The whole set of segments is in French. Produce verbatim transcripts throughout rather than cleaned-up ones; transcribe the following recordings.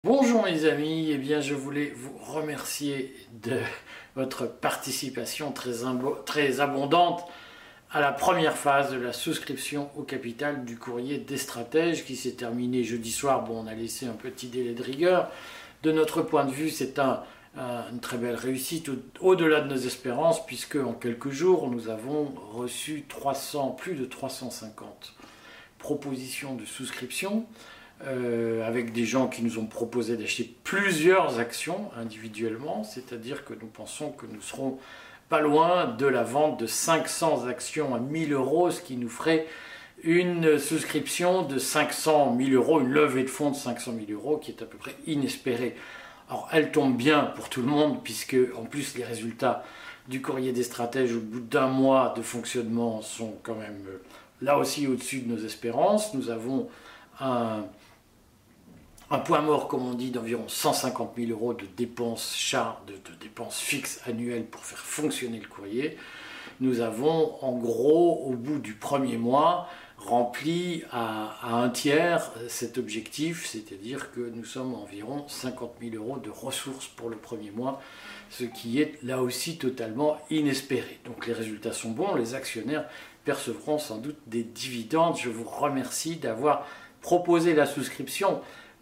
Bonjour mes amis, eh bien je voulais vous remercier de votre participation très, très abondante à la première phase de la souscription au capital du courrier des stratèges qui s'est terminée jeudi soir. Bon, on a laissé un petit délai de rigueur. De notre point de vue, c'est un, un, une très belle réussite au-delà de nos espérances, puisque en quelques jours, nous avons reçu trois cents, plus de trois cent cinquante propositions de souscription. Euh, avec des gens qui nous ont proposé d'acheter plusieurs actions individuellement, c'est-à-dire que nous pensons que nous serons pas loin de la vente de cinq cents actions à mille euros, ce qui nous ferait une souscription de cinq cent mille euros, une levée de fonds de cinq cent mille euros qui est à peu près inespérée. Alors elle tombe bien pour tout le monde, puisque en plus les résultats du courrier des stratèges au bout d'un mois de fonctionnement sont quand même là aussi au-dessus de nos espérances. Nous avons un Un point mort, comme on dit, d'environ cent cinquante mille euros de dépenses char, de, de dépenses fixes annuelles pour faire fonctionner le courrier. Nous avons, en gros, au bout du premier mois, rempli à, à un tiers cet objectif, c'est-à-dire que nous sommes environ cinquante mille euros de ressources pour le premier mois, ce qui est là aussi totalement inespéré. Donc les résultats sont bons, les actionnaires percevront sans doute des dividendes. Je vous remercie d'avoir proposé la souscription.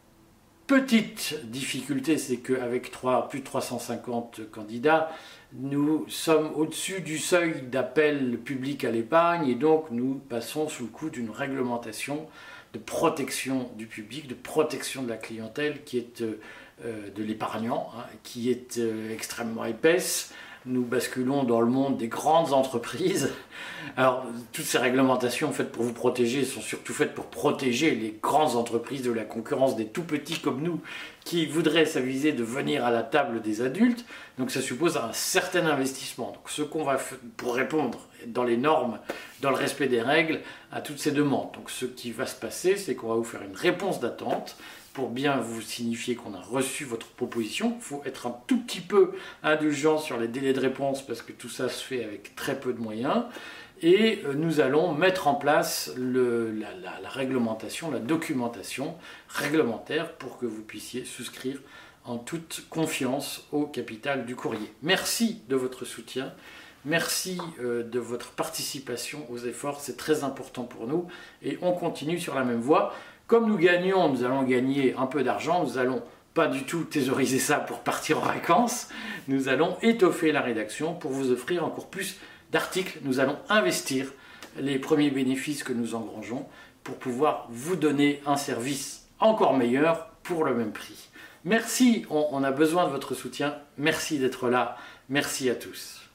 Petite difficulté, c'est qu'avec plus de trois cent cinquante candidats, nous sommes au-dessus du seuil d'appel public à l'épargne et donc nous passons sous le coup d'une réglementation de protection du public, de protection de la clientèle qui est euh, de l'épargnant, hein, qui est euh, extrêmement épaisse. Nous basculons dans le monde des grandes entreprises. Alors, toutes ces réglementations faites pour vous protéger sont surtout faites pour protéger les grandes entreprises de la concurrence des tout petits comme nous qui voudraient s'aviser de venir à la table des adultes. Donc ça suppose un certain investissement. Donc ce qu'on va faire pour répondre dans les normes, dans le respect des règles, à toutes ces demandes. Donc ce qui va se passer, c'est qu'on va vous faire une réponse d'attente pour bien vous signifier qu'on a reçu votre proposition. Il faut être un tout petit peu indulgent sur les délais de réponse parce que tout ça se fait avec très peu de moyens. Et nous allons mettre en place le, la, la, la réglementation, la documentation réglementaire pour que vous puissiez souscrire en toute confiance au capital du courrier. Merci de votre soutien. Merci euh, de votre participation aux efforts, c'est très important pour nous et on continue sur la même voie. Comme nous gagnons, nous allons gagner un peu d'argent, nous allons pas du tout thésauriser ça pour partir en vacances, nous allons étoffer la rédaction pour vous offrir encore plus d'articles, nous allons investir les premiers bénéfices que nous engrangeons pour pouvoir vous donner un service encore meilleur pour le même prix. Merci, on, on a besoin de votre soutien, merci d'être là, merci à tous.